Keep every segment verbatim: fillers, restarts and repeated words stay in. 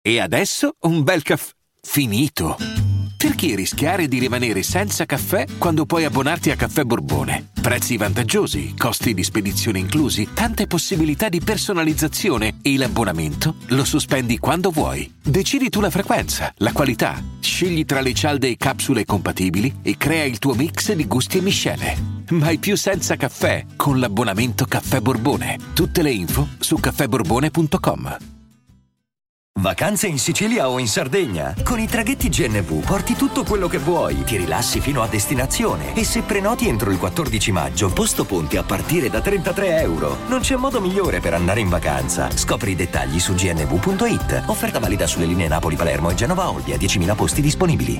E adesso un bel caffè finito. Perché rischiare di rimanere senza caffè quando puoi abbonarti a Caffè Borbone? Prezzi vantaggiosi, costi di spedizione inclusi, tante possibilità di personalizzazione e l'abbonamento lo sospendi quando vuoi. Decidi tu la frequenza, la qualità, scegli tra le cialde e capsule compatibili e crea il tuo mix di gusti e miscele. Mai più senza caffè con l'abbonamento Caffè Borbone. Tutte le info su caffè borbone punto com. Vacanze in Sicilia o in Sardegna? Con i traghetti G N V porti tutto quello che vuoi, ti rilassi fino a destinazione e se prenoti entro il quattordici maggio, posto ponti a partire da trentatré euro. Non c'è modo migliore per andare in vacanza. Scopri i dettagli su g n v punto i t. Offerta valida sulle linee Napoli-Palermo e Genova-Olbia, diecimila posti disponibili.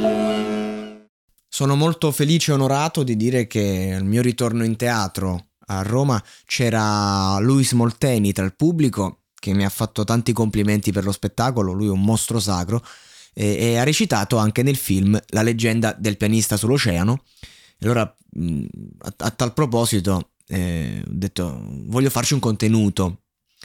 Sono molto felice e onorato di dire che al mio ritorno in teatro a Roma c'era Luis Molteni tra il pubblico, che mi ha fatto tanti complimenti per lo spettacolo. Lui è un mostro sacro e, e ha recitato anche nel film La leggenda del pianista sull'oceano. E allora mh, a, a tal proposito eh, ho detto voglio farci un contenuto,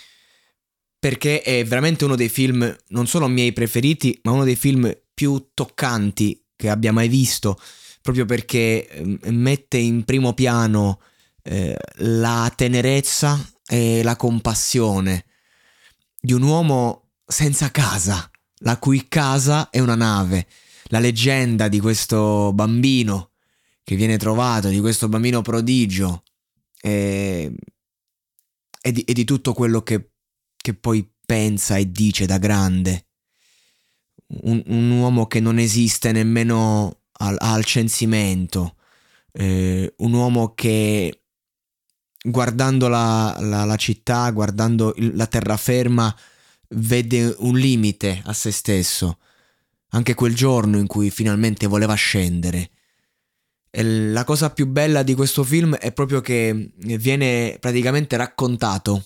perché è veramente uno dei film non solo miei preferiti, ma uno dei film più toccanti che abbia mai visto, proprio perché eh, mette in primo piano eh, la tenerezza e la compassione di un uomo senza casa, la cui casa è una nave. La leggenda di questo bambino che viene trovato, di questo bambino prodigio e, e, di, e di tutto quello che, che poi pensa e dice da grande. Un, un uomo che non esiste nemmeno al, al censimento, eh, un uomo che guardando la, la, la città, guardando il, la terraferma, vede un limite a se stesso. Anche quel giorno in cui finalmente voleva scendere. E la cosa più bella di questo film è proprio che viene praticamente raccontato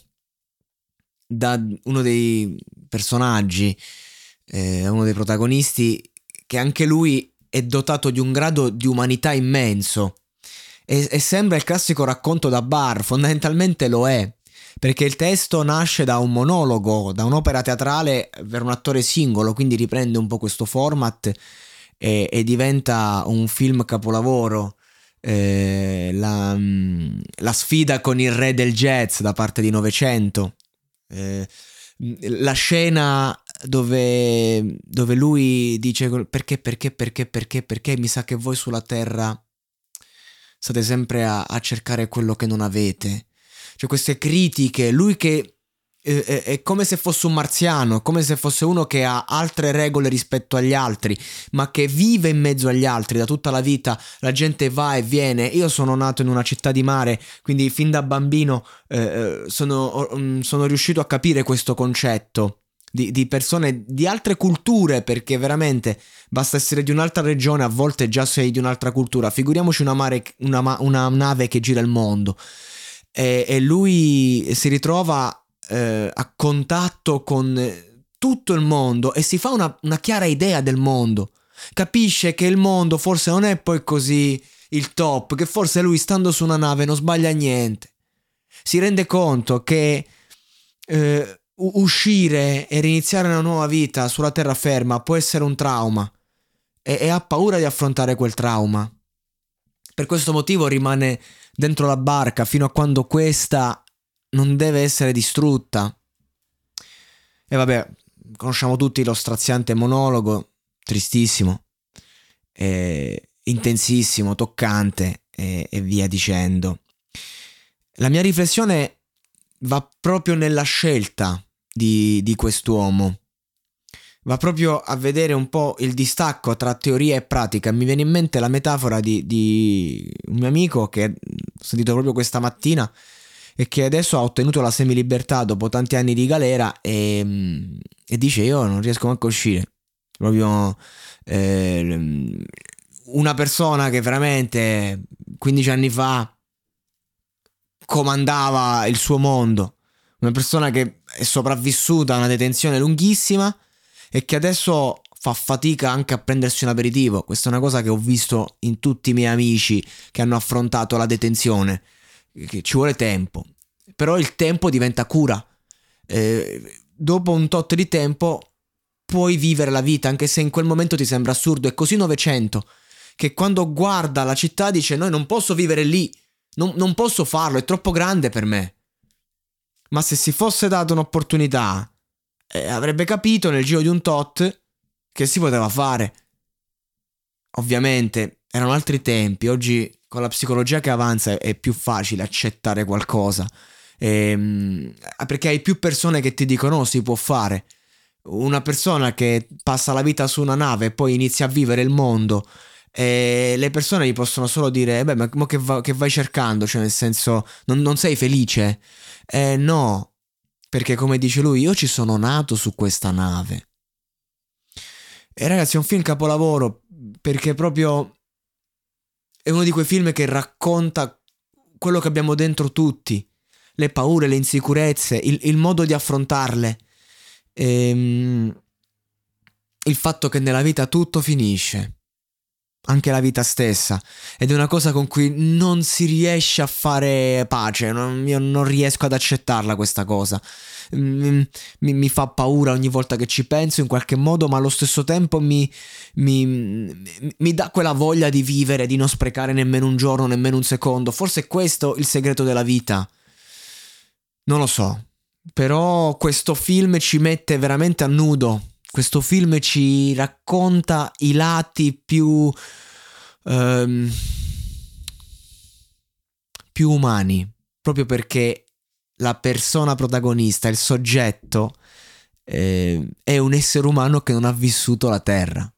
da uno dei personaggi, eh, uno dei protagonisti, che anche lui è dotato di un grado di umanità immenso. E, e sembra il classico racconto da bar, fondamentalmente lo è, perché il testo nasce da un monologo, da un'opera teatrale per un attore singolo, quindi riprende un po' questo format e, e diventa un film capolavoro. Eh, la, la sfida con il re del jazz da parte di Novecento, eh, la scena dove, dove lui dice perché, perché, perché, perché, perché mi sa che voi sulla terra state sempre a, a cercare quello che non avete. Cioè queste critiche, lui che eh, è, è come se fosse un marziano, come se fosse uno che ha altre regole rispetto agli altri, ma che vive in mezzo agli altri da tutta la vita. La gente va e viene. Io sono nato in una città di mare, quindi fin da bambino eh, sono, sono riuscito a capire questo concetto di, di persone di altre culture, perché veramente basta essere di un'altra regione, a volte già sei di un'altra cultura, figuriamoci una, mare, una, una nave che gira il mondo. E, e lui si ritrova eh, a contatto con tutto il mondo e si fa una, una chiara idea del mondo. Capisce che il mondo forse non è poi così il top, che forse lui stando su una nave non sbaglia niente. Si rende conto che eh, uscire e riniziare una nuova vita sulla terraferma può essere un trauma e, e ha paura di affrontare quel trauma. Per questo motivo rimane dentro la barca fino a quando questa non deve essere distrutta. E vabbè, conosciamo tutti lo straziante monologo, tristissimo, eh, intensissimo, toccante e, e via dicendo. La mia riflessione va proprio nella scelta di, di quest'uomo. Va proprio a vedere un po' il distacco tra teoria e pratica. Mi viene in mente la metafora di, di un mio amico che ho sentito proprio questa mattina e che adesso ha ottenuto la semilibertà dopo tanti anni di galera e, e dice io non riesco manco a uscire. Proprio eh, una persona che veramente quindici anni fa comandava il suo mondo, una persona che è sopravvissuta a una detenzione lunghissima e che adesso fa fatica anche a prendersi un aperitivo. Questa è una cosa che ho visto in tutti i miei amici che hanno affrontato la detenzione, che ci vuole tempo, però il tempo diventa cura. Eh, dopo un tot di tempo puoi vivere la vita, anche se in quel momento ti sembra assurdo. È così Novecento che quando guarda la città dice: no, non posso vivere lì, non, non posso farlo, è troppo grande per me. Ma se si fosse dato un'opportunità, eh, avrebbe capito nel giro di un tot che si poteva fare. Ovviamente erano altri tempi. Oggi con la psicologia che avanza è più facile accettare qualcosa, ehm, perché hai più persone che ti dicono: no, si può fare. Una persona che passa la vita su una nave e poi inizia a vivere il mondo, e le persone gli possono solo dire: beh, ma, ma che, va, che vai cercando? Cioè, nel senso, non, non sei felice? Eh no, perché come dice lui, io ci sono nato su questa nave. E ragazzi, è un film capolavoro, perché proprio è uno di quei film che racconta quello che abbiamo dentro tutti, le paure, le insicurezze, il, il modo di affrontarle, ehm, il fatto che nella vita tutto finisce, anche la vita stessa, ed è una cosa con cui non si riesce a fare pace. Non, io non riesco ad accettarla questa cosa. Mi, mi, mi fa paura ogni volta che ci penso in qualche modo, ma allo stesso tempo mi, mi, mi, mi dà quella voglia di vivere, di non sprecare nemmeno un giorno, nemmeno un secondo. Forse è questo il segreto della vita, non lo so, però questo film ci mette veramente a nudo. Questo film ci racconta i lati più ehm, più umani, proprio perché la persona protagonista, il soggetto, eh, è un essere umano che non ha vissuto la Terra.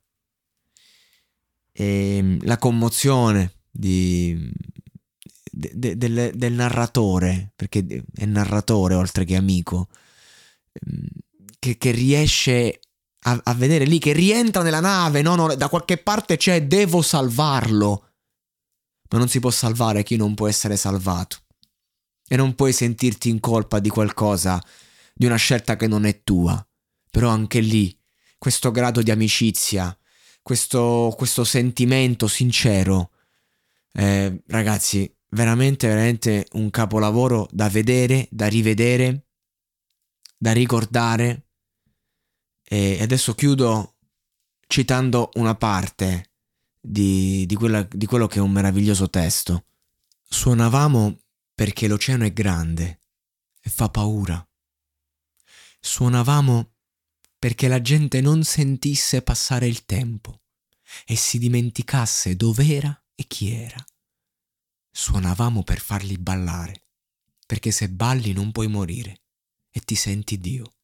E la commozione di, de, de, del, del narratore, perché è narratore oltre che amico, che, che riesce a, a vedere lì, che rientra nella nave, no, no, da qualche parte c'è, devo salvarlo. Ma non si può salvare chi non può essere salvato. E non puoi sentirti in colpa di qualcosa, di una scelta che non è tua. Però anche lì, questo grado di amicizia, questo, questo sentimento sincero, eh, ragazzi, veramente, veramente un capolavoro da vedere, da rivedere, da ricordare. E adesso chiudo citando una parte di, di, quella, di quello che è un meraviglioso testo. Suonavamo perché l'oceano è grande e fa paura. Suonavamo perché la gente non sentisse passare il tempo e si dimenticasse dov'era e chi era. Suonavamo per farli ballare, perché se balli non puoi morire e ti senti Dio.